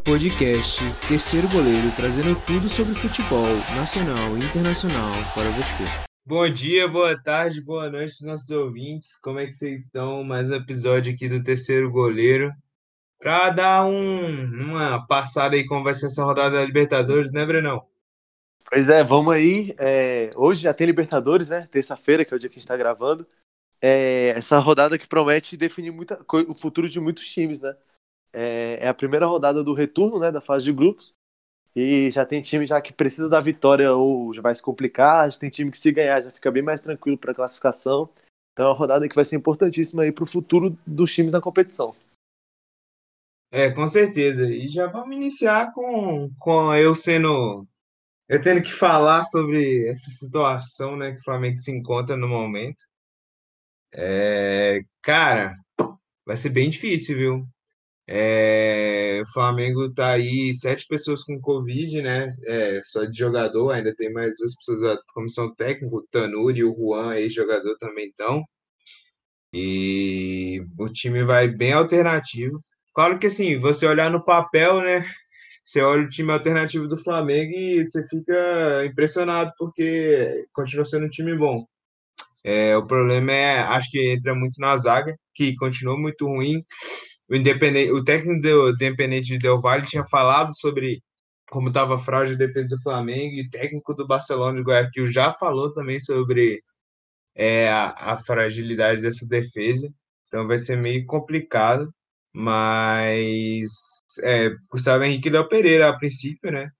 podcast Terceiro Goleiro, trazendo tudo sobre futebol nacional e internacional para você. Bom dia, boa tarde, boa noite aos nossos ouvintes. Como é que vocês estão? Mais um episódio aqui do Terceiro Goleiro. Para dar uma passada aí como vai ser essa rodada da Libertadores, né, Brenão? Pois é, vamos aí. Hoje já tem Libertadores, né? Terça-feira, que é o dia que a gente está gravando. Essa rodada que promete definir o futuro de muitos times, né? É a primeira rodada do retorno, né, da fase de grupos. E já tem time já que precisa da vitória ou já vai se complicar. Já tem time que se ganhar já fica bem mais tranquilo para a classificação. Então é uma rodada que vai ser importantíssima aí para o futuro dos times na competição. Com certeza. E já vamos iniciar com eu tendo que falar sobre essa situação, né, que o Flamengo se encontra no momento. Cara, vai ser bem difícil, viu? O Flamengo tá aí, 7 pessoas com Covid, né? Só de jogador, ainda tem mais 2 pessoas da comissão técnica, o Tanuri e o Juan, ex-jogador, também estão. E o time vai bem alternativo. Claro que assim, você olhar no papel, né? Você olha o time alternativo do Flamengo e você fica impressionado, porque continua sendo um time bom. O problema acho que entra muito na zaga, que continua muito ruim. O técnico do Independente Del Valle tinha falado sobre como estava frágil a defesa do Flamengo, e o técnico do Barcelona de Guayaquil já falou também sobre a fragilidade dessa defesa. Então vai ser meio complicado, mas Gustavo Henrique e Léo Pereira a princípio, né?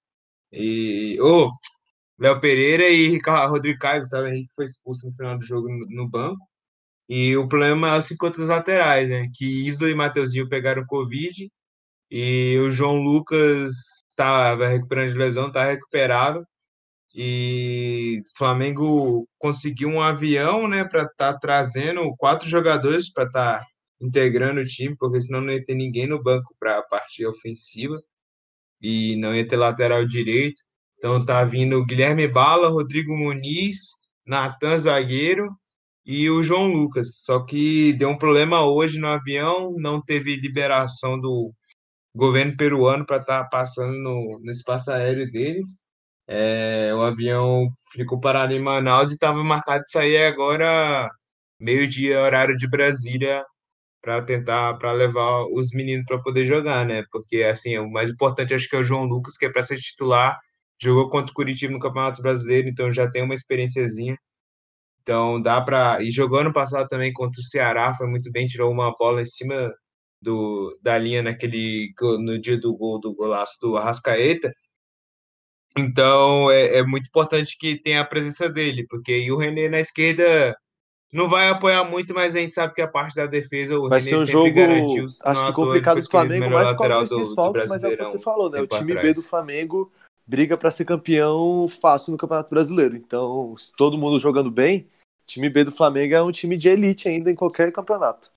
Léo Pereira e Rodrigo Caio. Gustavo Henrique foi expulso no final do jogo no banco. E o problema é os 50 laterais, né? Que Isla e Mateuzinho pegaram Covid, e o João Lucas estava recuperando de lesão, está recuperado. E o Flamengo conseguiu um avião, né, para estar trazendo 4 jogadores para estar integrando o time, porque senão não ia ter ninguém no banco para a parte ofensiva e não ia ter lateral direito. Então tá vindo o Guilherme Bala, Rodrigo Muniz, Natan zagueiro e o João Lucas. Só que deu um problema hoje no avião, não teve liberação do governo peruano para estar passando no espaço aéreo deles. O avião ficou parado em Manaus e estava marcado de sair agora meio-dia, horário de Brasília, para levar os meninos para poder jogar, né? Porque assim, o mais importante acho que é o João Lucas, que é para ser titular, jogou contra o Curitiba no Campeonato Brasileiro, então já tem uma experiênciazinha. Então dá para. E jogou ano passado também contra o Ceará, foi muito bem, tirou uma bola em cima da linha no dia do golaço do Arrascaeta. Então é muito importante que tenha a presença dele, porque aí o René na esquerda não vai apoiar muito, mas a gente sabe que a parte da defesa o Vai René ser um sempre jogo, garantiu, não acho que à toa ele foi complicado do escolhido o Flamengo, melhor mais por causa lateral desses do desfalques, mas é o que Brasileirão você falou, né? O tempo time B do atrás. Flamengo briga para ser campeão fácil no Campeonato Brasileiro. Então, se todo mundo jogando bem, o time B do Flamengo é um time de elite ainda em qualquer campeonato.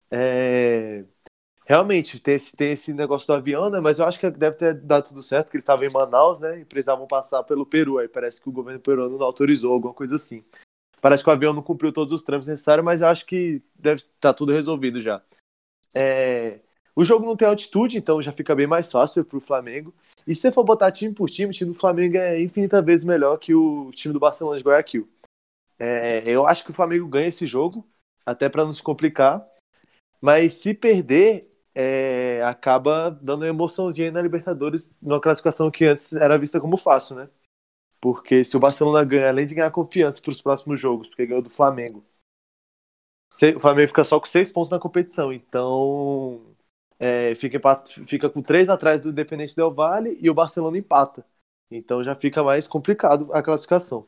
Realmente, tem esse negócio do avião, né? Mas eu acho que deve ter dado tudo certo, que eles estavam em Manaus, né? E precisavam passar pelo Peru. Aí parece que o governo peruano não autorizou, alguma coisa assim. Parece que o avião não cumpriu todos os trâmites necessários, mas eu acho que deve estar tudo resolvido já. O jogo não tem altitude, então já fica bem mais fácil para o Flamengo. E se você for botar time por time, o time do Flamengo é infinitas vezes melhor que o time do Barcelona de Guayaquil. Eu acho que o Flamengo ganha esse jogo, até para não se complicar. Mas se perder, acaba dando uma emoçãozinha aí na Libertadores, numa classificação que antes era vista como fácil, né? Porque se o Barcelona ganha, além de ganhar confiança para os próximos jogos, porque ganhou do Flamengo, o Flamengo fica só com 6 pontos na competição. Então, fica com 3 atrás do Independente Del Valle e o Barcelona empata. Então já fica mais complicado a classificação.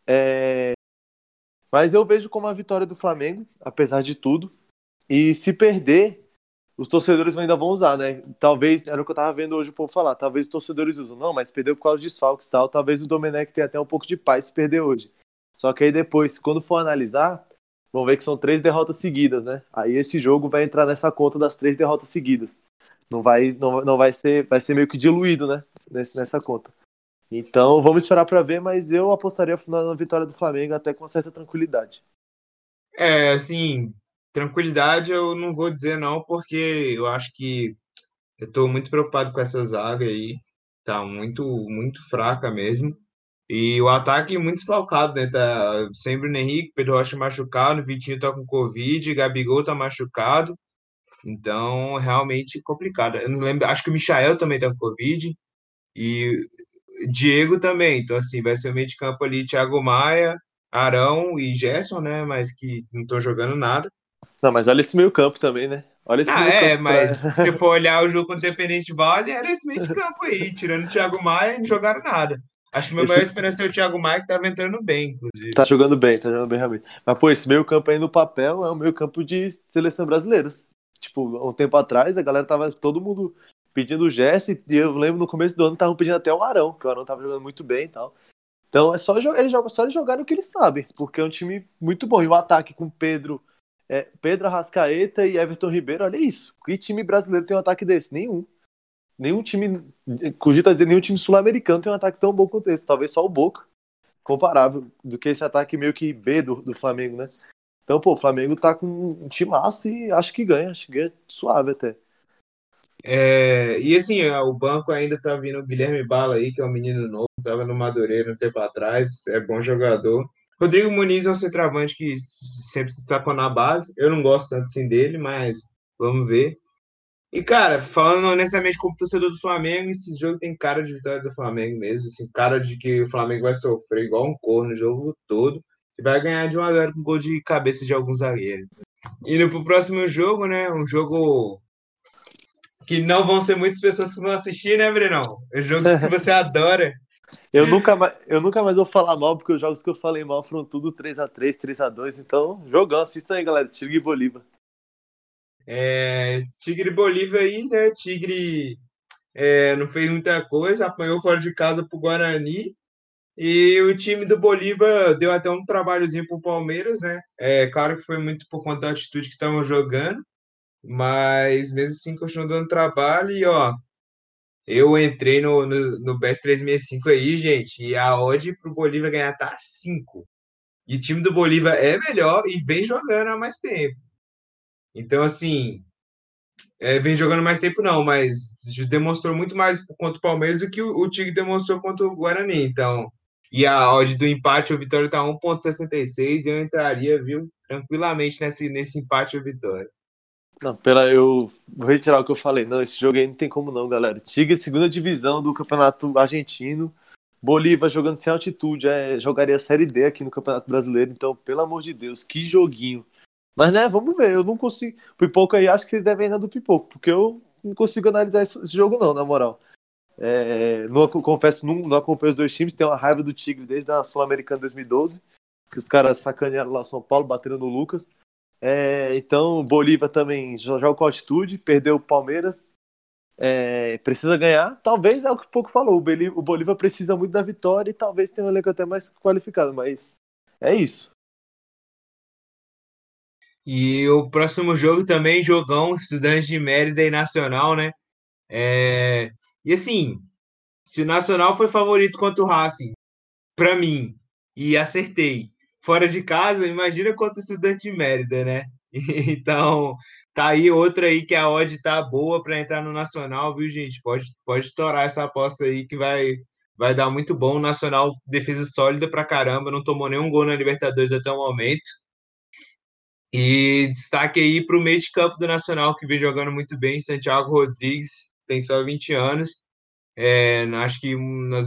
Mas eu vejo como a vitória do Flamengo, apesar de tudo. E se perder, os torcedores ainda vão usar, né? Talvez, era o que eu tava vendo hoje o povo falar, talvez os torcedores usam. Não, mas perdeu por causa de desfalques e tal. Talvez o Domenech tenha até um pouco de paz se perder hoje. Só que aí depois, quando for analisar, vão ver que são 3 derrotas seguidas, né? Aí esse jogo vai entrar nessa conta das 3 derrotas seguidas. Não vai ser meio que diluído, né? Nessa conta. Então vamos esperar para ver, mas eu apostaria na vitória do Flamengo até com uma certa tranquilidade. Assim, tranquilidade eu não vou dizer não, porque eu acho que Eu tô muito preocupado com essa zaga aí. Tá muito, muito fraca mesmo. E o ataque muito desfalcado, né? Tá sem Bruno Henrique, Pedro Rocha machucado, Vitinho tá com Covid, Gabigol tá machucado. Então, realmente complicado. Eu não lembro, acho que o Michael também tá com Covid. E Diego também. Então, assim, vai ser o meio de campo ali, Thiago Maia, Arão e Gerson, né? Mas que não estão jogando nada. Não, mas olha esse meio campo também, né? Olha esse Ah, meio campo pra... mas se você for olhar o jogo com o Independente Vale, era esse meio de campo aí, tirando o Thiago Maia, não jogaram nada. Acho que a minha maior Esse esperança é o Thiago Maia, que tava entrando bem, inclusive. tá jogando bem realmente. Mas, pô, esse meio campo aí no papel é um meio campo de seleção brasileira. Tipo, um tempo atrás, a galera tava todo mundo pedindo o Gerson, e eu lembro no começo do ano estavam pedindo até o Arão, que o Arão tava jogando muito bem e tal. Então é só jogar, só eles jogarem o que eles sabem, porque é um time muito bom. E o ataque com Pedro Arrascaeta e Everton Ribeiro, olha isso. Que time brasileiro tem um ataque desse? Nenhum. Nenhum time, cogita dizer, nenhum time sul-americano tem um ataque tão bom quanto esse. Talvez só o Boca, comparável, do que esse ataque meio que B do Flamengo, né? Então, pô, o Flamengo tá com um timaço e acho que ganha suave até. E assim, o banco ainda tá vindo o Guilherme Bala aí, que é um menino novo, tava no Madureira um tempo atrás, é bom jogador. Rodrigo Muniz é um centroavante que sempre se sacou na base. Eu não gosto tanto assim dele, mas vamos ver. E, cara, falando honestamente como torcedor do Flamengo, esse jogo tem cara de vitória do Flamengo mesmo, assim, cara de que o Flamengo vai sofrer igual um corno o jogo todo e vai ganhar de 1-0 com gol de cabeça de algum zagueiro. Indo pro próximo jogo, né? Um jogo que não vão ser muitas pessoas que vão assistir, né, Brenão? Os jogos que você adora. Eu nunca mais vou falar mal, porque os jogos que eu falei mal foram tudo 3-3, 3-2. Então, jogão, assista aí, galera. Tigre e Bolívar. Tigre e Bolívia aí, né? Tigre não fez muita coisa, apanhou fora de casa pro Guarani. E o time do Bolívar deu até um trabalhozinho pro Palmeiras, né? Claro que foi muito por conta da atitude que estavam jogando, mas mesmo assim continuou dando trabalho. E ó, eu entrei no BES 365 aí, gente, e a odd pro Bolívar ganhar tá 5. E o time do Bolívar é melhor e vem jogando há mais tempo. Então, assim, vem jogando mais tempo não, mas demonstrou muito mais contra o Palmeiras do que o Tigre demonstrou contra o Guarani. Então, e a odd do empate, o Vitória tá 1,66 e eu entraria, viu, tranquilamente nesse empate ou Vitória. Não, eu vou retirar o que eu falei. Não, esse jogo aí não tem como não, galera. Tigre, segunda divisão do Campeonato Argentino. Bolívar jogando sem altitude. Jogaria a Série D aqui no Campeonato Brasileiro. Então, pelo amor de Deus, que joguinho. Mas, né, vamos ver. Eu não consigo. Pipoco aí, acho que vocês devem ir do Pipoco, porque eu não consigo analisar esse jogo, não, na moral. Confesso, não acompanho os dois times. Tenho uma raiva do Tigre desde a Sul-Americana 2012, que os caras sacanearam lá São Paulo, bateram no Lucas. Então, Bolívar também joga com altitude, perdeu o Palmeiras, precisa ganhar. Talvez é o que o pouco falou. O Bolívar precisa muito da vitória e talvez tenha um elenco até mais qualificado, mas é isso. E o próximo jogo também, jogão, Estudiantes de Mérida e Nacional, né? E assim, se o Nacional foi favorito contra o Racing, para mim, e acertei, fora de casa, imagina contra o Estudante de Mérida, né? Então, tá aí outra aí que a odd tá boa para entrar no Nacional, viu, gente? Pode estourar essa aposta aí que vai dar muito bom. O Nacional, defesa sólida pra caramba, não tomou nenhum gol na Libertadores até o momento. E destaque aí para o meio de campo do Nacional, que vem jogando muito bem, Santiago Rodrigues, tem só 20 anos. Acho que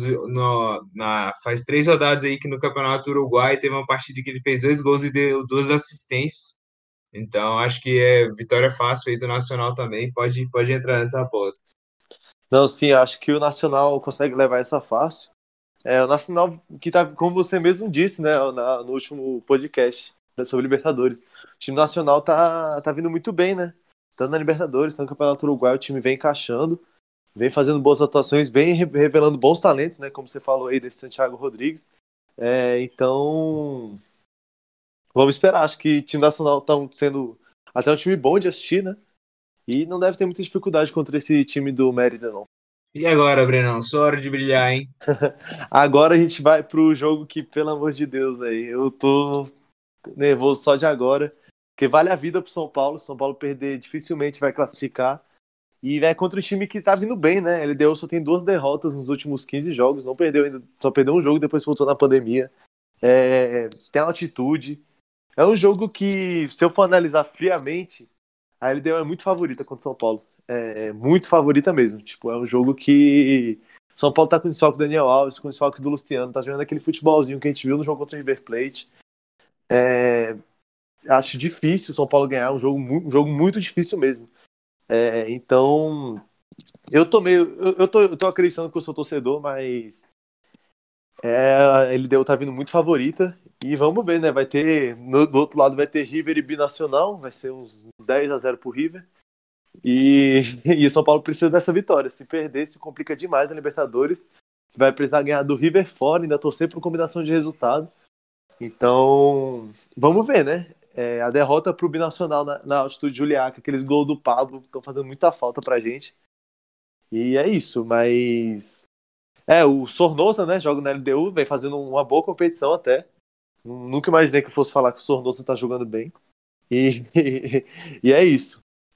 faz 3 rodadas aí que no Campeonato Uruguai teve uma partida que ele fez 2 gols e deu 2 assistências. Então, acho que vitória fácil aí do Nacional também. Pode entrar nessa aposta. Não, sim, acho que o Nacional consegue levar essa fácil. O Nacional, que tá, como você mesmo disse, né, no último podcast, né, sobre Libertadores. O time nacional tá vindo muito bem, né? Tanto na Libertadores, tanto no Campeonato Uruguai, o time vem encaixando, vem fazendo boas atuações, vem revelando bons talentos, né? Como você falou aí desse Santiago Rodrigues. Então, vamos esperar. Acho que o time nacional tá sendo até um time bom de assistir, né? E não deve ter muita dificuldade contra esse time do Mérida, não. E agora, Brenão? Só hora de brilhar, hein? Agora a gente vai pro jogo que, pelo amor de Deus, aí, eu tô nervoso só de agora, porque vale a vida pro São Paulo. São Paulo perder dificilmente vai classificar. E vai contra um time que tá vindo bem, né? A LDU só tem 2 derrotas nos últimos 15 jogos, não perdeu ainda, só perdeu um jogo depois voltou na pandemia. Tem altitude. É um jogo que, se eu for analisar friamente, a LDU é muito favorita contra o São Paulo. É muito favorita mesmo. Tipo, é um jogo que São Paulo tá com o desfalque do Daniel Alves, com o desfalque do Luciano, tá jogando aquele futebolzinho que a gente viu no jogo contra o River Plate. Acho difícil o São Paulo ganhar, um jogo muito difícil mesmo. Então, eu tô acreditando que eu sou torcedor, mas a LDU tá vindo muito favorita. E vamos ver, né? Vai ter. Do outro lado vai ter River e Binacional, vai ser uns 10-0 pro River. E o São Paulo precisa dessa vitória. Se perder, se complica demais a Libertadores. Vai precisar ganhar do River fora, ainda torcer por combinação de resultado. Então, vamos ver, né? A derrota pro Binacional na altitude de Juliaca, aqueles gols do Pablo, estão fazendo muita falta pra gente. E é isso, mas. O Sornosa, né? Joga na LDU, vem fazendo uma boa competição até. Nunca imaginei que eu fosse falar que o Sornosa tá jogando bem. E, e é isso.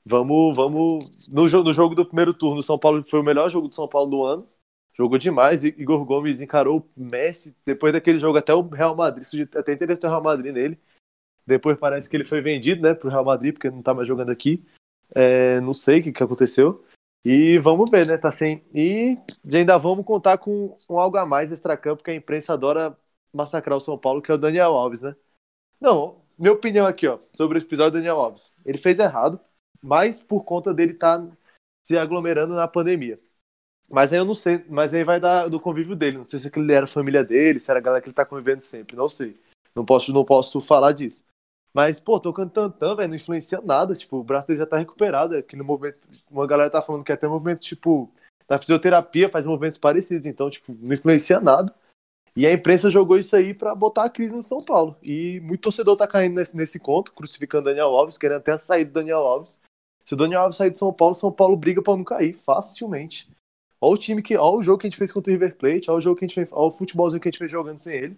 Vamos. No jogo do primeiro turno, o São Paulo foi o melhor jogo do São Paulo do ano. Jogou demais. Igor Gomes encarou o Messi. Depois daquele jogo, até o Real Madrid, até interesse do Real Madrid nele. Depois parece que ele foi vendido, né, pro Real Madrid, porque não tá mais jogando aqui. Não sei o que aconteceu. E vamos ver, né? Tá sem. E ainda vamos contar com algo a mais extracampo, que a imprensa adora massacrar o São Paulo, que é o Daniel Alves, né? Não, minha opinião aqui, ó, sobre o episódio do Daniel Alves. Ele fez errado, mas por conta dele estar se aglomerando na pandemia. Mas aí eu não sei, mas aí vai dar do convívio dele. Não sei se ele era família dele, se era a galera que ele tá convivendo sempre, não sei. Não posso falar disso. Mas, pô, tocando tantã, velho, não influencia nada. Tipo, o braço dele já tá recuperado. Aquele movimento, uma galera tá falando que até movimento, tipo, da fisioterapia faz movimentos parecidos. Então, tipo, não influencia nada. E a imprensa jogou isso aí pra botar a crise no São Paulo. E muito torcedor tá caindo nesse conto, crucificando Daniel Alves, querendo até sair do Daniel Alves. Se o Daniel Alves sair de São Paulo briga pra não cair, facilmente. Olha o jogo que a gente fez contra o River Plate, olha o futebolzinho que a gente fez jogando sem ele.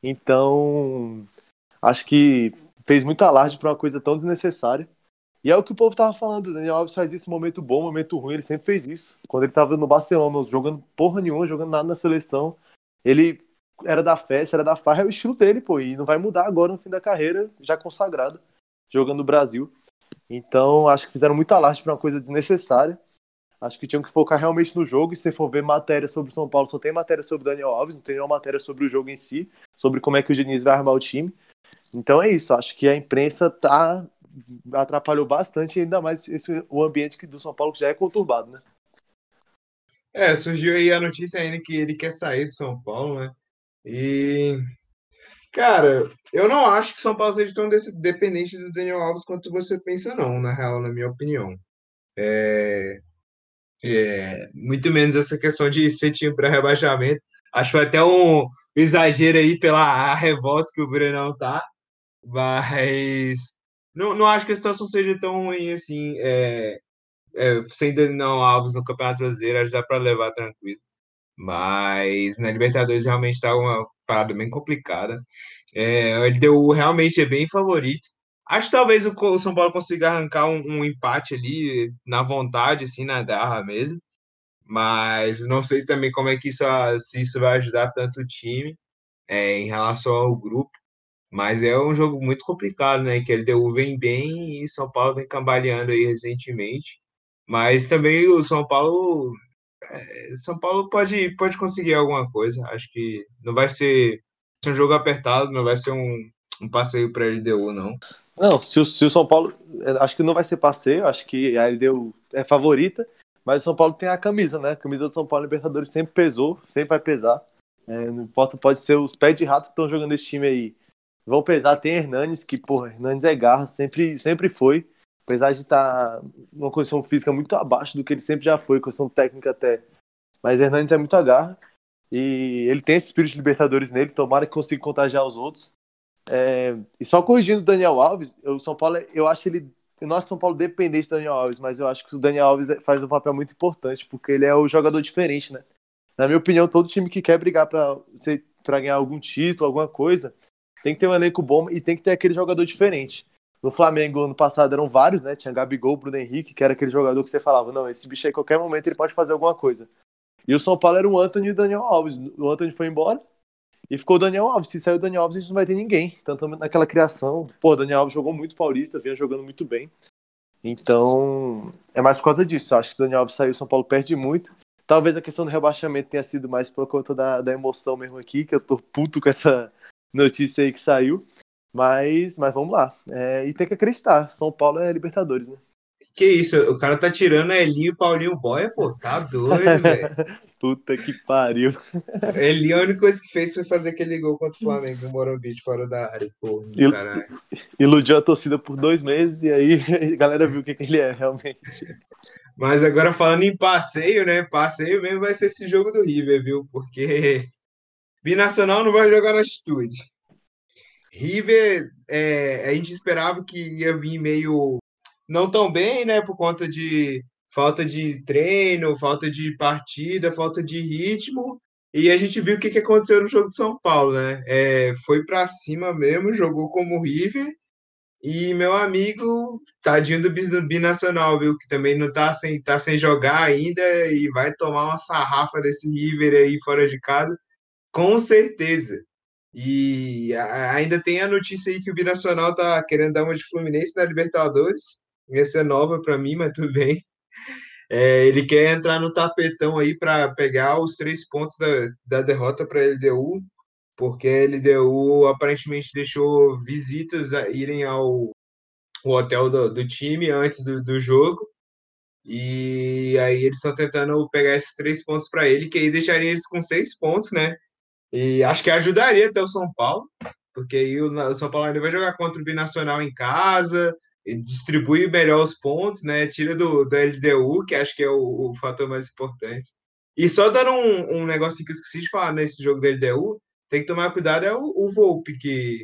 Então, acho que fez muito alarde pra uma coisa tão desnecessária. E é o que o povo tava falando, o Daniel Alves faz isso, momento bom, momento ruim, ele sempre fez isso. Quando ele tava no Barcelona, jogando porra nenhuma, jogando nada na seleção, ele era da festa, era da farra, é o estilo dele, pô, e não vai mudar agora no fim da carreira, já consagrado, jogando no Brasil. Então, acho que fizeram muito alarde pra uma coisa desnecessária. Acho que tinham que focar realmente no jogo, e se for ver matéria sobre o São Paulo, só tem matéria sobre o Daniel Alves, não tem nenhuma matéria sobre o jogo em si, sobre como é que o Diniz vai armar o time. Então é isso, acho que a imprensa atrapalhou bastante, ainda mais o ambiente do São Paulo que já é conturbado, né? Surgiu aí a notícia ainda que ele quer sair de São Paulo, né? E, cara, eu não acho que São Paulo seja tão dependente do Daniel Alves quanto você pensa, não, na real, na minha opinião. Muito menos essa questão de ser time para rebaixamento. Acho até um exagero aí pela revolta que o Brenão tá, mas não acho que a situação seja tão ruim assim. Sem Daniel Alves no Campeonato Brasileiro, acho que dá para levar tranquilo. Mas na Libertadores realmente tá uma parada bem complicada. Ele deu realmente é bem favorito. Acho que talvez o São Paulo consiga arrancar um empate ali na vontade, assim, na garra mesmo. Mas não sei também como é que se isso vai ajudar tanto o time em relação ao grupo. Mas é um jogo muito complicado, né? Que a LDU vem bem e São Paulo vem cambaleando aí recentemente. Mas também o São Paulo pode conseguir alguma coisa. Acho que não vai ser um jogo apertado, não vai ser um passeio para a LDU, não. Não, se o São Paulo. Acho que não vai ser passeio, acho que a LDU é favorita, mas o São Paulo tem a camisa, né? A camisa do São Paulo Libertadores sempre pesou, sempre vai pesar. Não importa, pode ser os pés de rato que estão jogando esse time aí. Vão pesar, tem Hernanes, que, porra, Hernanes é garra, sempre foi. Apesar de estar numa condição física muito abaixo do que ele sempre já foi, condição técnica até. Mas Hernanes é muito garra. E ele tem esse espírito de Libertadores nele, tomara que consiga contagiar os outros. E só corrigindo o Daniel Alves, o São Paulo, eu acho ele. Eu não acho São Paulo dependente do Daniel Alves, mas eu acho que o Daniel Alves faz um papel muito importante, porque ele é o jogador diferente, né? Na minha opinião, todo time que quer brigar pra ganhar algum título, alguma coisa, tem que ter um elenco bom e tem que ter aquele jogador diferente. No Flamengo, ano passado, eram vários, né? Tinha Gabigol, Bruno Henrique, que era aquele jogador que você falava, não, esse bicho aí, a qualquer momento, ele pode fazer alguma coisa. E o São Paulo era o Antony e o Daniel Alves. O Antony foi embora e ficou o Daniel Alves. Se sair o Daniel Alves, a gente não vai ter ninguém. Tanto naquela criação. Pô, o Daniel Alves jogou muito Paulista, vinha jogando muito bem. Então, é mais por causa disso. Eu acho que se o Daniel Alves sair, o São Paulo perde muito. Talvez a questão do rebaixamento tenha sido mais por conta da emoção mesmo aqui, que eu tô puto com essa notícia aí que saiu. Mas vamos lá. E tem que acreditar. São Paulo é Libertadores, né? Que isso, o cara tá tirando a Elinho e Paulinho Boia, pô, tá doido, velho. Puta que pariu. Elinho, a única coisa que fez foi fazer aquele gol contra o Flamengo no Morumbi de fora da área, pô, caralho. Iludiu a torcida por 2 meses e aí a galera viu o que ele é, realmente. Mas agora falando em passeio, né? Passeio mesmo vai ser esse jogo do River, viu? Porque Binacional não vai jogar na altitude. River, a gente esperava que ia vir meio não tão bem, né? Por conta de falta de treino, falta de partida, falta de ritmo. E a gente viu o que aconteceu no jogo de São Paulo, né? Foi para cima mesmo, jogou como River. E meu amigo, tadinho do Binacional, viu? Que também não tá sem jogar ainda e vai tomar uma sarrafa desse River aí fora de casa, com certeza. E ainda tem a notícia aí que o Binacional tá querendo dar uma de Fluminense na Libertadores. Essa é nova para mim, mas tudo bem. Ele quer entrar no tapetão aí para pegar os 3 pontos da derrota para a LDU, porque a LDU aparentemente deixou visitas irem ao hotel do time antes do jogo. E aí eles estão tentando pegar esses 3 pontos para ele, que aí deixaria eles com 6 pontos, né? E acho que ajudaria até o São Paulo, porque aí o São Paulo ainda vai jogar contra o Binacional em casa, distribui melhor os pontos, né? Tira do LDU, que acho que é o fator mais importante. E só dando um negocinho que eu esqueci de falar nesse jogo do LDU, tem que tomar cuidado o Volpe, que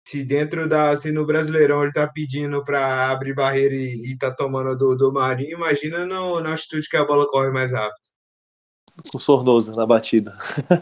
se no Brasileirão ele tá pedindo para abrir barreira e tá tomando do Marinho, imagina na altitude que a bola corre mais rápido. Com Sornosa na batida.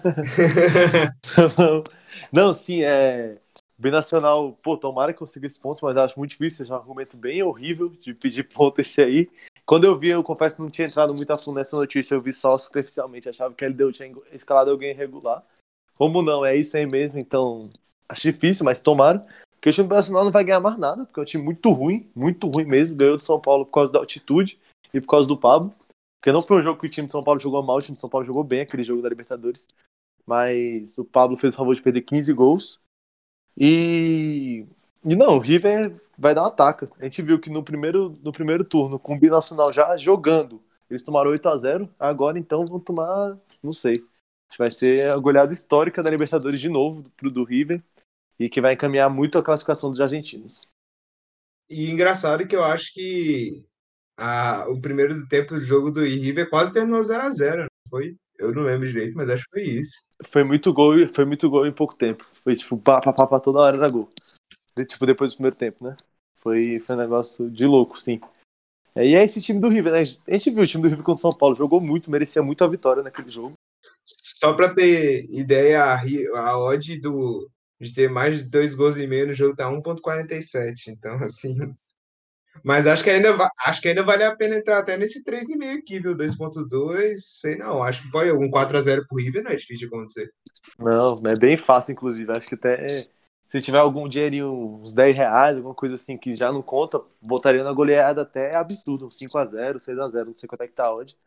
Não, sim, Binacional, pô, tomara que consiga esse ponto, mas acho muito difícil, é um argumento bem horrível de pedir ponto esse aí. Quando eu vi, eu confesso que não tinha entrado muito a fundo nessa notícia, eu vi só superficialmente, achava que ele tinha escalado alguém irregular. Como não, é isso aí mesmo, então acho difícil, mas tomara. Porque o time do Binacional não vai ganhar mais nada, porque é um time muito ruim mesmo, ganhou do São Paulo por causa da altitude e por causa do Pablo. Porque não foi um jogo que o time de São Paulo jogou mal, o time de São Paulo jogou bem, aquele jogo da Libertadores. Mas o Pablo fez o favor de perder 15 gols. E não, o River vai dar uma taca. A gente viu que no primeiro turno, com o Binacional já jogando, eles tomaram 8-0. Agora então vão tomar, não sei. Vai ser a goleada histórica da Libertadores de novo, do River. E que vai encaminhar muito a classificação dos argentinos. E engraçado que eu acho que o primeiro tempo do jogo do River quase terminou 0-0, não foi? Eu não lembro direito, mas acho que foi isso. Foi muito gol em pouco tempo. Foi tipo, pá, toda hora era gol. Tipo, depois do primeiro tempo, né? Foi um negócio de louco, sim. E é esse time do River, né? A gente viu o time do River contra o São Paulo, jogou muito, merecia muito a vitória naquele jogo. Só para ter ideia, a odd de ter mais de 2 gols e meio no jogo tá 1,47. Então, assim. Mas acho que ainda vale a pena entrar até nesse 3,5 aqui, viu? 2,2, sei não. Acho que pode um 4-0 pro River, não é difícil de acontecer. Não, é bem fácil, inclusive. Acho que até se tiver algum dinheirinho, uns R$10, alguma coisa assim que já não conta, botaria na goleada até absurdo, 5-0, 6-0, não sei quanto é que tá a odd.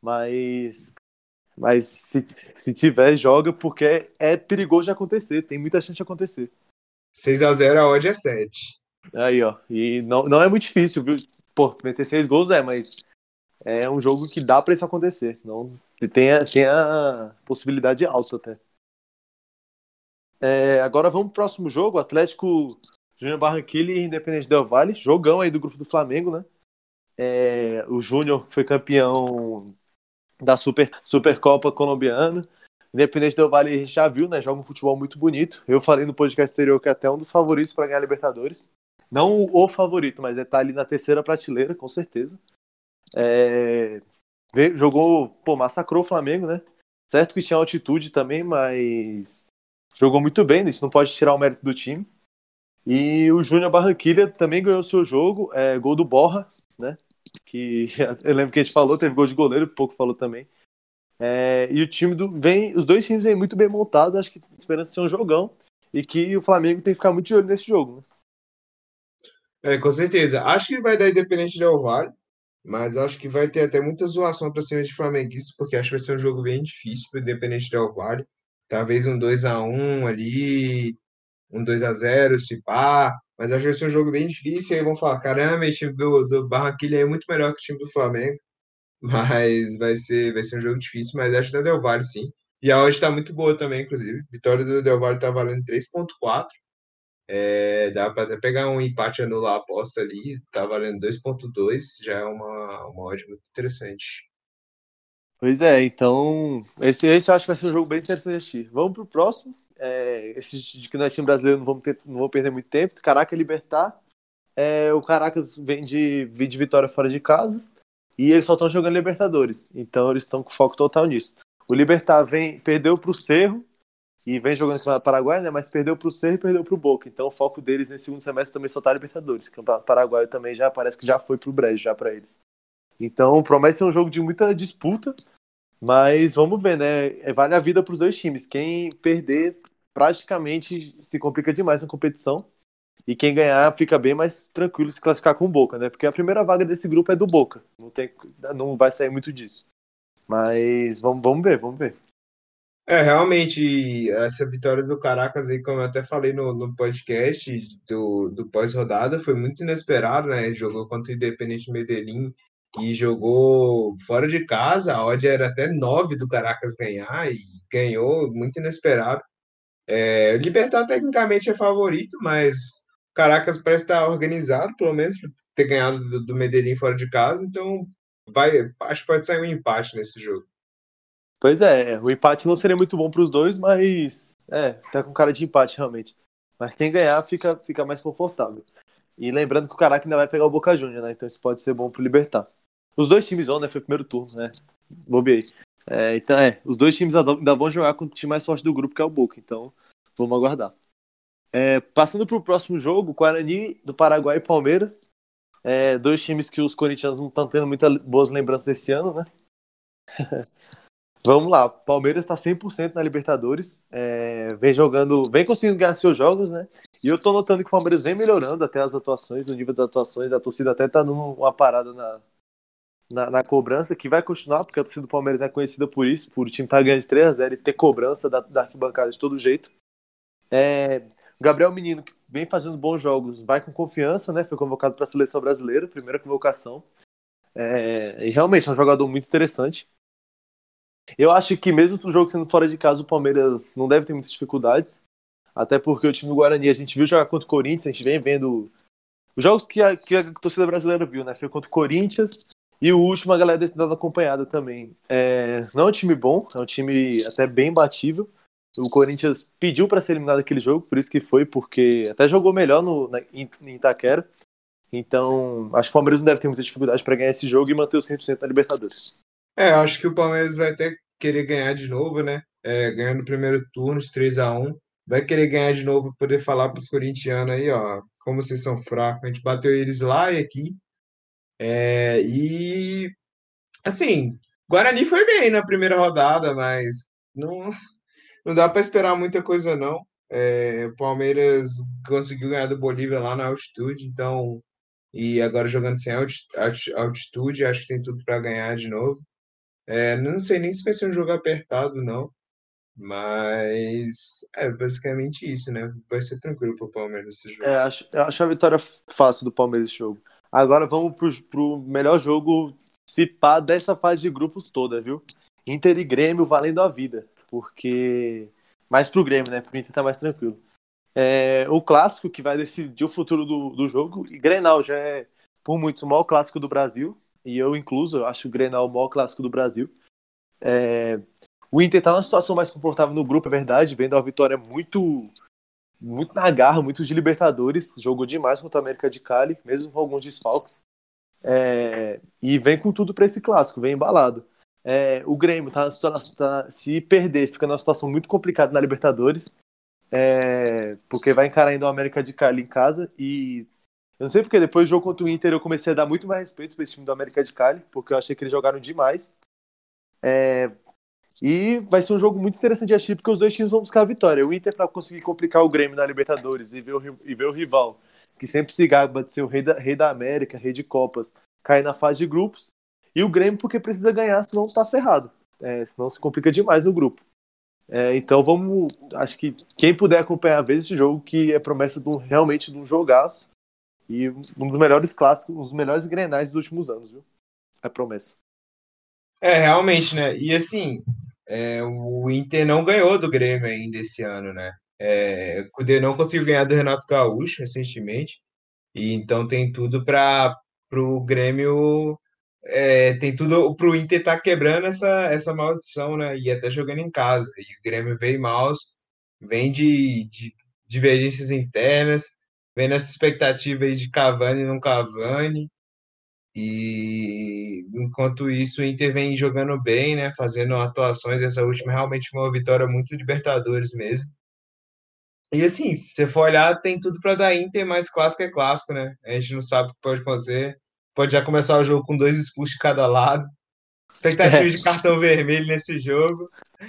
Mas se tiver, joga, porque é perigoso de acontecer, tem muita chance de acontecer. 6-0 a odd é 7. Aí, ó, e não é muito difícil, viu? Pô, meter 6 gols mas é um jogo que dá pra isso acontecer. Não, tem a possibilidade alta até. Agora vamos pro próximo jogo, Atlético Júnior Barranquilla e Independente Del Valle, jogão aí do grupo do Flamengo, né? O Júnior foi campeão da Supercopa colombiana. Independente Del Valle a gente já viu, né? Joga um futebol muito bonito. Eu falei no podcast anterior que é até um dos favoritos para ganhar a Libertadores. Não o favorito, mas tá ali na terceira prateleira, com certeza. Jogou, massacrou o Flamengo, né? Certo que tinha altitude também, mas jogou muito bem, isso não pode tirar o mérito do time. E o Júnior Barranquilla também ganhou seu jogo, gol do Borja, né? Que eu lembro que a gente falou, teve gol de goleiro, pouco falou também. E o time os dois times vêm muito bem montados, acho que esperando ser um jogão. E que o Flamengo tem que ficar muito de olho nesse jogo, né? Com certeza. Acho que vai dar Independente Del Valle, mas acho que vai ter até muita zoação para cima de flamenguistas, porque acho que vai ser um jogo bem difícil para o Independente Del Valle. Talvez um 2-1 ali, um 2-0, se pá, mas acho que vai ser um jogo bem difícil. E aí vão falar: caramba, esse time do Barranquilla é muito melhor que o time do Flamengo. Mas vai ser um jogo difícil, mas acho que da Del Valle sim. E a odd está muito boa também, inclusive. Vitória do Del Valle está valendo 3,4. Dá para até pegar um empate anular a aposta ali, tá valendo 2,2, já é uma odd muito interessante. Pois é, então. Esse eu acho que vai ser um jogo bem interessante de assistir. Vamos pro próximo. Esse de que nós, time brasileiro, não vamos perder muito tempo. Caracas Libertad. O Caracas vem de vitória fora de casa. E eles só estão jogando Libertadores. Então eles estão com foco total nisso. O Libertad perdeu pro Cerro. E vem jogando no Campeonato Paraguai, né? Mas perdeu pro Cerro e perdeu pro Boca. Então o foco deles nesse segundo semestre também só tá Libertadores. O Campeonato Paraguai também já parece que já foi pro brejo já para eles. Então promete ser um jogo de muita disputa. Mas vamos ver, né? Vale a vida para os dois times. Quem perder praticamente se complica demais na competição. E quem ganhar fica bem mais tranquilo se classificar com o Boca, né? Porque a primeira vaga desse grupo é do Boca. Não vai sair muito disso. Mas vamos ver, vamos ver. Realmente, essa vitória do Caracas aí, como eu até falei no podcast do pós-rodada, foi muito inesperado, né? Jogou contra o Independente Medellín e jogou fora de casa, a odd era até 9 do Caracas ganhar e ganhou, muito inesperado. O Libertad tecnicamente é favorito, mas o Caracas parece estar organizado, pelo menos por ter ganhado do Medellín fora de casa, então acho que pode sair um empate nesse jogo. Pois é, o empate não seria muito bom para os dois, mas tá com cara de empate realmente. Mas quem ganhar fica mais confortável. E lembrando que o Caraca ainda vai pegar o Boca Juniors, né? Então isso pode ser bom pro Libertad. Os dois times vão, né? Foi o primeiro turno, né? Bobiei. Então, os dois times ainda vão jogar com o time mais forte do grupo, que é o Boca. Então, vamos aguardar. Passando pro próximo jogo, Guarani do Paraguai e Palmeiras. Dois times que os corintianos não estão tendo muitas boas lembranças esse ano, né? Vamos lá, Palmeiras está 100% na Libertadores, vem jogando, vem conseguindo ganhar seus jogos, né? E eu tô notando que o Palmeiras vem melhorando até as atuações, o nível das atuações, a torcida até tá dando uma parada na cobrança, que vai continuar, porque a torcida do Palmeiras é conhecida por isso, por o time estar ganhando de 3-0 e ter cobrança da arquibancada de todo jeito. O Gabriel Menino, que vem fazendo bons jogos, vai com confiança, né? Foi convocado para a seleção brasileira, primeira convocação. E realmente é um jogador muito interessante. Eu acho que mesmo o jogo sendo fora de casa, o Palmeiras não deve ter muitas dificuldades. Até porque o time do Guarani, a gente viu jogar contra o Corinthians, a gente vem vendo os jogos que a torcida brasileira viu, né? Foi contra o Corinthians e o último a galera dando acompanhada também. Não é um time bom, é um time até bem batível. O Corinthians pediu para ser eliminado daquele jogo, por isso que foi, porque até jogou melhor em Itaquera. Então, acho que o Palmeiras não deve ter muita dificuldade para ganhar esse jogo e manter o 100% na Libertadores. Acho que o Palmeiras vai até querer ganhar de novo, né? Ganhando no primeiro turno, de 3-1. Vai querer ganhar de novo para poder falar para os corintianos aí, ó, como vocês são fracos. A gente bateu eles lá e aqui. E, assim, Guarani foi bem na primeira rodada, mas não dá para esperar muita coisa, não. O Palmeiras conseguiu ganhar do Bolívia lá na altitude, então, e agora jogando sem altitude, acho que tem tudo para ganhar de novo. Não sei nem se vai ser um jogo apertado, não. Mas basicamente isso, né? Vai ser tranquilo pro Palmeiras esse jogo. Eu acho a vitória fácil do Palmeiras esse jogo. Agora vamos pro melhor jogo, se pá, dessa fase de grupos toda, viu? Inter e Grêmio valendo a vida. Porque. Mais pro Grêmio, né? Pro Inter tá mais tranquilo. O clássico que vai decidir o futuro do jogo. E Grenal já é, por muitos, o maior clássico do Brasil. E eu incluso, eu acho o Grenal o maior clássico do Brasil. O Inter tá numa situação mais confortável no grupo, é verdade. Vendo a vitória muito na garra, muito de Libertadores, jogou demais contra a América de Cali, mesmo com alguns desfalques, e vem com tudo para esse clássico, vem embalado. O Grêmio se perder, fica numa situação muito complicada na Libertadores, porque vai encarar ainda o América de Cali em casa. E eu não sei porque depois do jogo contra o Inter eu comecei a dar muito mais respeito para esse time do América de Cali, porque eu achei que eles jogaram demais. E vai ser um jogo muito interessante de assistir, porque os dois times vão buscar a vitória. O Inter para conseguir complicar o Grêmio na Libertadores e ver o rival, que sempre se gaba de ser o rei da América, rei de Copas, cair na fase de grupos. E o Grêmio porque precisa ganhar, senão tá ferrado. Senão se complica demais no grupo. Então acho que quem puder acompanhar ver esse jogo, que é promessa realmente de um jogaço, e um dos melhores clássicos, um dos melhores grenais dos últimos anos, viu? É promessa. Realmente, né? E assim, o Inter não ganhou do Grêmio ainda esse ano, né? O Cudê não conseguiu ganhar do Renato Gaúcho recentemente, e então tem tudo para o Grêmio, tem tudo para o Inter estar quebrando essa maldição, né? E até jogando em casa. E o Grêmio veio mal, vem de divergências internas, vem nessa expectativa aí de Cavani e não Cavani. E enquanto isso, o Inter vem jogando bem, né? Fazendo atuações. Essa última realmente foi uma vitória muito Libertadores mesmo. E assim, se você for olhar, tem tudo para dar Inter, mas clássico é clássico, né? A gente não sabe o que pode acontecer. Pode já começar o jogo com 2 expulsos de cada lado. Expectativa de cartão vermelho nesse jogo.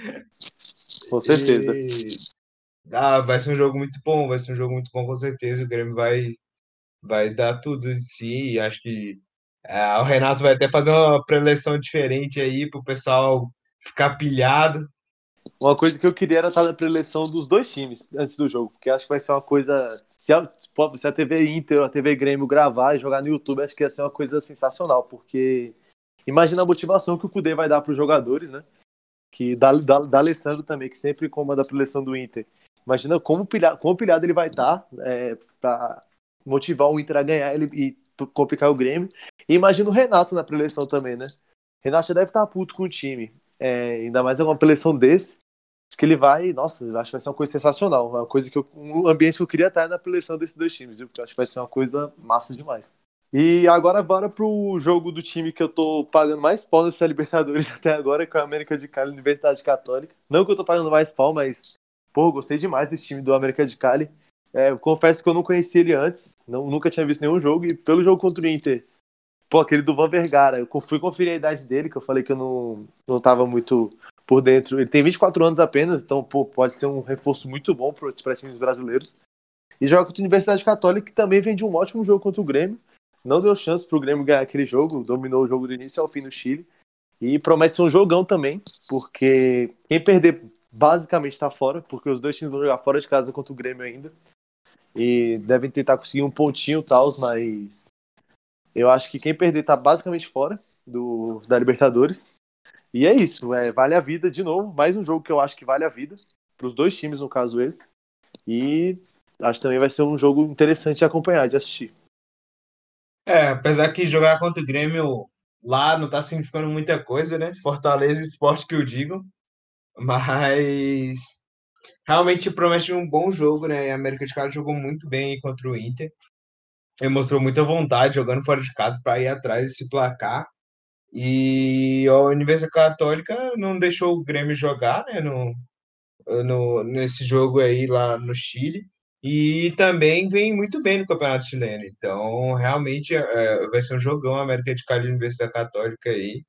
Com certeza. E vai ser um jogo muito bom, vai ser um jogo muito bom com certeza. O Grêmio vai dar tudo de si. E acho que o Renato vai até fazer uma preleção diferente aí para o pessoal ficar pilhado. Uma coisa que eu queria era estar na preleção dos dois times antes do jogo, porque acho que vai ser uma coisa. Se a TV Inter ou a TV Grêmio gravar e jogar no YouTube, acho que ia ser uma coisa sensacional, porque imagina a motivação que o Cudê vai dar para os jogadores, né? Que da Alessandro também, que sempre comanda a preleção do Inter. Imagina como pilhado ele vai estar para motivar o Inter a ganhar e complicar o Grêmio. E imagina o Renato na preleção também, né? Renato já deve estar puto com o time. Ainda mais uma preleção desse. Acho que ele vai. Nossa, acho que vai ser uma coisa sensacional. Uma coisa um ambiente que eu queria estar na preleção desses dois times, viu? Porque eu acho que vai ser uma coisa massa demais. E agora bora pro jogo do time que eu tô pagando mais pau nessa Libertadores até agora, que é o América de Cali, Universidade Católica. Não que eu tô pagando mais pau, mas, pô, gostei demais desse time do América de Cali. Confesso que eu não conhecia ele antes, nunca tinha visto nenhum jogo, e pelo jogo contra o Inter, pô, aquele do Van Vergara, eu fui conferir a idade dele, que eu falei que eu não tava muito por dentro. Ele tem 24 anos apenas, então, pô, pode ser um reforço muito bom para times brasileiros. E joga contra a Universidade Católica, que também vem de um ótimo jogo contra o Grêmio. Não deu chance pro Grêmio ganhar aquele jogo, dominou o jogo do início ao fim no Chile. E promete ser um jogão também, porque quem perder basicamente está fora, porque os dois times vão jogar fora de casa contra o Grêmio ainda. E devem tentar conseguir um pontinho e tal, mas eu acho que quem perder tá basicamente fora da Libertadores. E é isso, vale a vida de novo. Mais um jogo que eu acho que vale a vida, para os dois times, no caso esse. E acho que também vai ser um jogo interessante de acompanhar, de assistir. Apesar que jogar contra o Grêmio lá não tá significando muita coisa, né? Fortaleza e Sport que eu digo. Mas realmente promete um bom jogo, né? A América de Cali jogou muito bem contra o Inter. Ele mostrou muita vontade jogando fora de casa para ir atrás desse placar. E a Universidade Católica não deixou o Grêmio jogar, né? Nesse jogo aí lá no Chile. E também vem muito bem no Campeonato Chileno. Então, realmente, vai ser um jogão a América de Cali e Universidade Católica aí.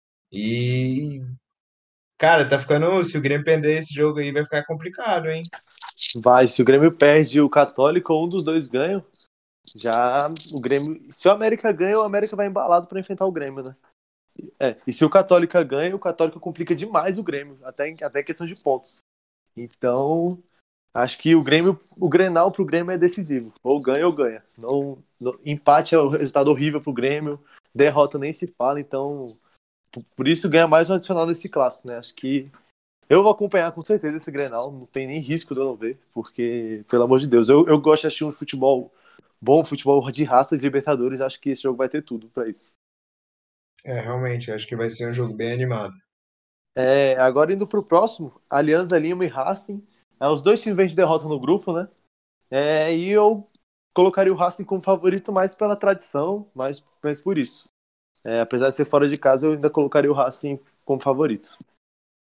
E, cara, tá ficando. Se o Grêmio perder esse jogo aí, vai ficar complicado, hein? Vai, se o Grêmio perde o Católico ou um dos dois ganha, já o Grêmio. Se o América ganha, o América vai embalado para enfrentar o Grêmio, né? E se o Católica ganha, o Católica complica demais o Grêmio, até em questão de pontos. Então, acho que o Grenal pro Grêmio é decisivo. Ou ganha ou ganha. Empate é o resultado horrível pro Grêmio, derrota nem se fala, então por isso ganha mais um adicional nesse clássico, né? Acho que eu vou acompanhar com certeza esse Grenal, não tem nem risco de eu não ver, porque, pelo amor de Deus, eu gosto de assistir um futebol bom, futebol de raça de Libertadores, acho que esse jogo vai ter tudo para isso. Realmente, acho que vai ser um jogo bem animado. Agora indo pro próximo, Alianza Lima e Racing. Os dois times vêm de derrota no grupo, né? E eu colocaria o Racing como favorito mais pela tradição, mais por isso. Apesar de ser fora de casa, eu ainda colocaria o Racing como favorito.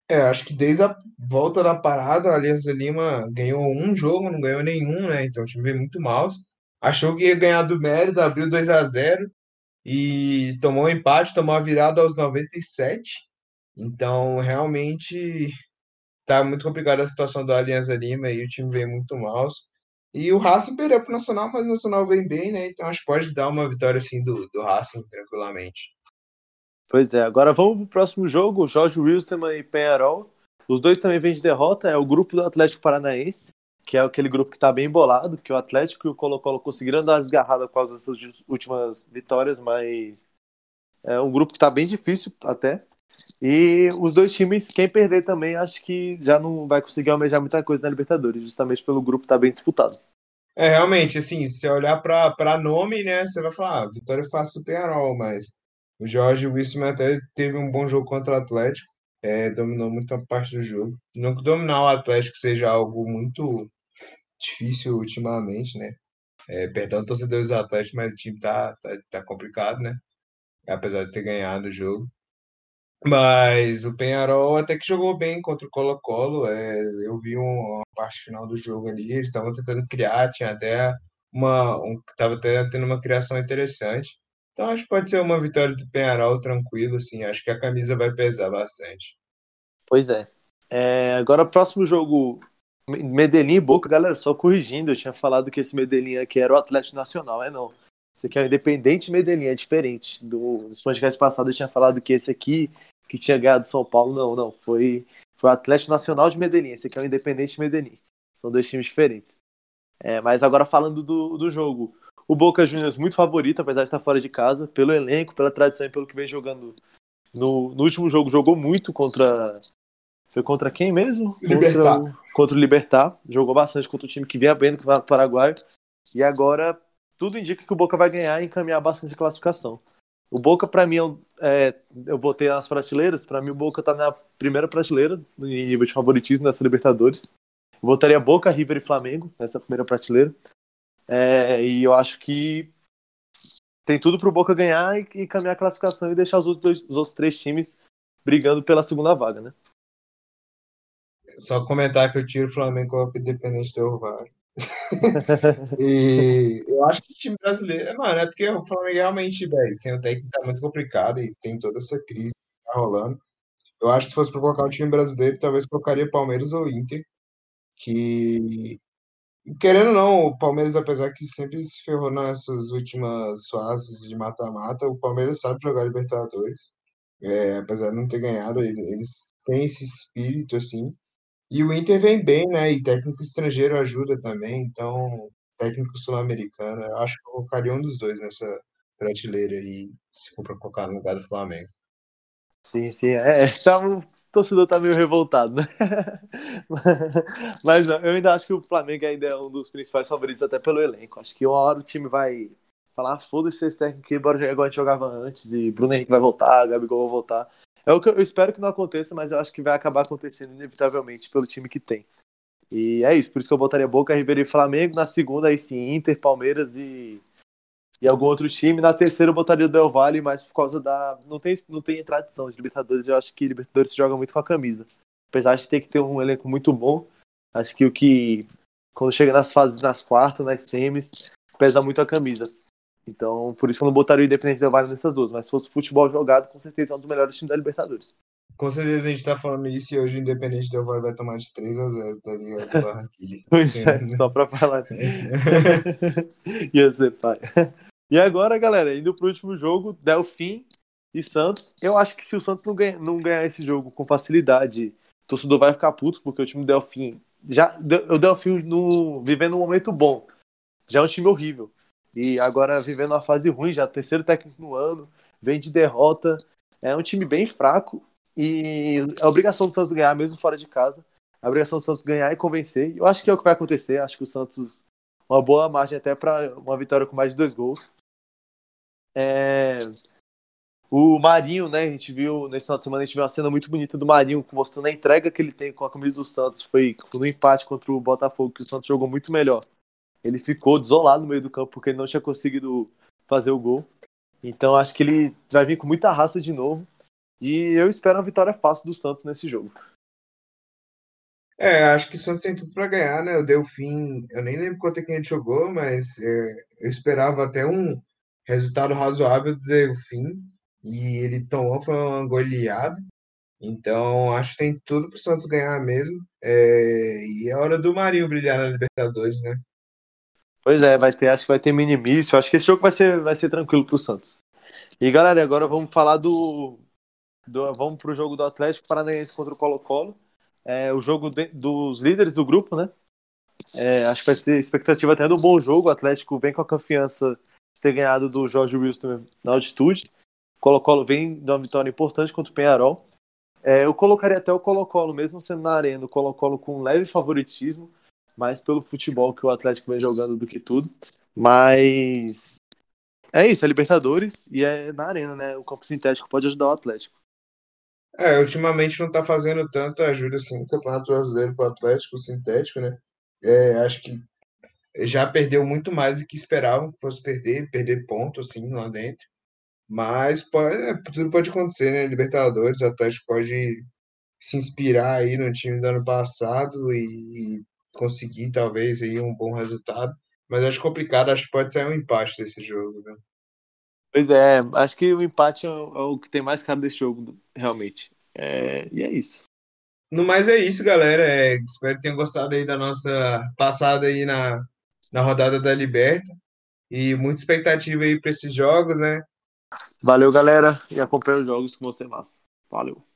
Acho que desde a volta da parada, a Alianza Lima ganhou um jogo, não ganhou nenhum, né? Então o time veio muito mal. Achou que ia ganhar do Mérida, abriu 2-0 e tomou um empate, tomou a virada aos 97. Então, realmente, tá muito complicada a situação do Alianza Lima e o time veio muito mal. E o Racing perdeu pro Nacional, mas o Nacional vem bem, né? Então acho que pode dar uma vitória assim do Racing tranquilamente. Pois é, agora vamos pro próximo jogo, Jorge Wilstermann e Penharol. Os dois também vêm de derrota, é o grupo do Atlético Paranaense, que é aquele grupo que tá bem bolado, que o Atlético e o Colo-Colo conseguiram dar uma desgarrada por causa dessas últimas vitórias, mas é um grupo que tá bem difícil até. E os dois times, quem perder também, acho que já não vai conseguir almejar muita coisa na Libertadores, justamente pelo grupo estar bem disputado. Realmente, assim, se você olhar para nome, né, você vai falar, vitória fácil do Penharol, mas o Jorge Wilson até teve um bom jogo contra o Atlético, dominou muita parte do jogo. Não que dominar o Atlético seja algo muito difícil ultimamente, né? Perdão, torcedores do Atlético, mas o time tá complicado, né? Apesar de ter ganhado o jogo. Mas o Penharol até que jogou bem contra o Colo-Colo. Eu vi uma parte final do jogo ali, eles estavam tentando criar, tinha até tava até tendo uma criação interessante. Então acho que pode ser uma vitória do Penharol tranquilo, assim. Acho que a camisa vai pesar bastante. Pois é. Agora, o próximo jogo, Medellín e Boca, galera, só corrigindo, eu tinha falado que esse Medellín aqui era o Atlético Nacional, não. Esse aqui é o Independente Medellín, é diferente. Dos podcasts passados eu tinha falado que esse aqui, que tinha ganhado São Paulo, não. Foi o Atlético Nacional de Medellín, esse aqui é o Independente Medellín. São dois times diferentes. Mas agora falando do jogo, o Boca Juniors muito favorito, apesar de estar fora de casa, pelo elenco, pela tradição e pelo que vem jogando. No último jogo jogou muito contra. Foi contra quem mesmo? Libertar. Contra o Libertad. Jogou bastante contra o time que vinha bem no Campeonato Paraguaio. E agora tudo indica que o Boca vai ganhar e encaminhar bastante a classificação. O Boca, para mim, eu botei nas prateleiras. Para mim, o Boca tá na primeira prateleira em nível de favoritismo nessa Libertadores. Eu botaria Boca, River e Flamengo nessa primeira prateleira. E eu acho que tem tudo pro Boca ganhar e caminhar a classificação e deixar os outros três times brigando pela segunda vaga, né? Só comentar que eu tiro o Flamengo como Independente do Valle. E eu acho que o time brasileiro, mano, é porque o Flamengo realmente, velho, sem o técnico tá muito complicado e tem toda essa crise que tá rolando. Eu acho que se fosse para colocar o time brasileiro, talvez colocaria Palmeiras ou Inter, que, querendo ou não, o Palmeiras, apesar que sempre se ferrou nessas últimas fases de mata-mata, o Palmeiras sabe jogar Libertadores. Apesar de não ter ganhado, eles têm esse espírito, assim. E o Inter vem bem, né? E técnico estrangeiro ajuda também, então, técnico sul-americano, eu acho que eu colocaria um dos dois nessa prateleira aí, se for para colocar no lugar do Flamengo. Sim, sim. O torcedor tá meio revoltado, né? Mas não, eu ainda acho que o Flamengo ainda é um dos principais favoritos, até pelo elenco. Acho que uma hora o time vai falar, foda-se esse técnico aqui, bora jogar igual a gente jogava antes, e Bruno Henrique vai voltar, Gabigol vai voltar. É o que eu espero que não aconteça, mas eu acho que vai acabar acontecendo inevitavelmente pelo time que tem. E é isso, por isso que eu botaria Boca, River e Flamengo. Na segunda, aí sim, Inter, Palmeiras e algum outro time. Na terceira eu botaria o Del Valle, mas por causa da. Não tem tradição de Libertadores, eu acho que Libertadores se joga muito com a camisa. Apesar de ter que ter um elenco muito bom, acho que quando chega nas fases, nas quartas, nas semis, pesa muito a camisa. Então, por isso eu não botaria o Independente Del Valle nessas duas. Mas se fosse futebol jogado, com certeza é um dos melhores times da Libertadores. Com certeza a gente tá falando isso e hoje o Independente Del Valle vai tomar de 3-0, tá ligado? Do Barranquilla. Pois é, só pra falar. Ia ser pai. E agora, galera, indo pro último jogo, Delfim e Santos. Eu acho que se o Santos não ganhar esse jogo com facilidade, o torcedor vai ficar puto, porque o time do Delfim. O Delfim vivendo um momento bom. Já é um time horrível. E agora vivendo uma fase ruim, já terceiro técnico no ano, vem de derrota. É um time bem fraco. E a obrigação do Santos ganhar, mesmo fora de casa. A obrigação do Santos ganhar e convencer. Eu acho que é o que vai acontecer. Acho que o Santos. Uma boa margem até para uma vitória com mais de 2 gols. O Marinho, né? A gente viu nesse final de semana, a gente viu uma cena muito bonita do Marinho mostrando a entrega que ele tem com a camisa do Santos. Foi no empate contra o Botafogo que o Santos jogou muito melhor. Ele ficou desolado no meio do campo porque ele não tinha conseguido fazer o gol. Então acho que ele vai vir com muita raça de novo. E eu espero uma vitória fácil do Santos nesse jogo. Acho que o Santos tem tudo para ganhar, né? O Delfim, eu nem lembro quanto é que a gente jogou, mas eu esperava até um resultado razoável do Delfim e ele tomou, foi uma goleada. Então, acho que tem tudo para o Santos ganhar mesmo. E é hora do Marinho brilhar na Libertadores, né? Pois é, acho que vai ter minimício. Acho que esse jogo vai ser tranquilo pro Santos. E galera, agora vamos falar vamos pro jogo do Atlético Paranaense contra o Colo-Colo. O jogo dos líderes do grupo, né? Acho que vai ser expectativa até do bom jogo. O Atlético vem com a confiança de ter ganhado do Jorge Wilson na altitude. O Colo-Colo vem de uma vitória importante contra o Peñarol. Eu colocaria até o Colo-Colo, mesmo sendo na arena, o Colo-Colo com um leve favoritismo, mais pelo futebol que o Atlético vem jogando do que tudo. Mas é isso, é Libertadores e é na arena, né? O campo sintético pode ajudar o Atlético. Ultimamente não está fazendo tanto ajuda assim no Campeonato Brasileiro para o Atlético sintético, né? Acho que já perdeu muito mais do que esperavam que fosse perder ponto assim lá dentro. Mas tudo pode acontecer, né? Libertadores, o Atlético pode se inspirar aí no time do ano passado e conseguir talvez aí um bom resultado. Mas acho complicado, acho que pode sair um empate desse jogo, né? Pois é, acho que o empate é o que tem mais cara desse jogo, realmente. E é isso. No mais é isso, galera. Espero que tenham gostado aí da nossa passada aí na rodada da Liberta. E muita expectativa aí para esses jogos, né? Valeu, galera, e acompanha os jogos com você, massa. Valeu.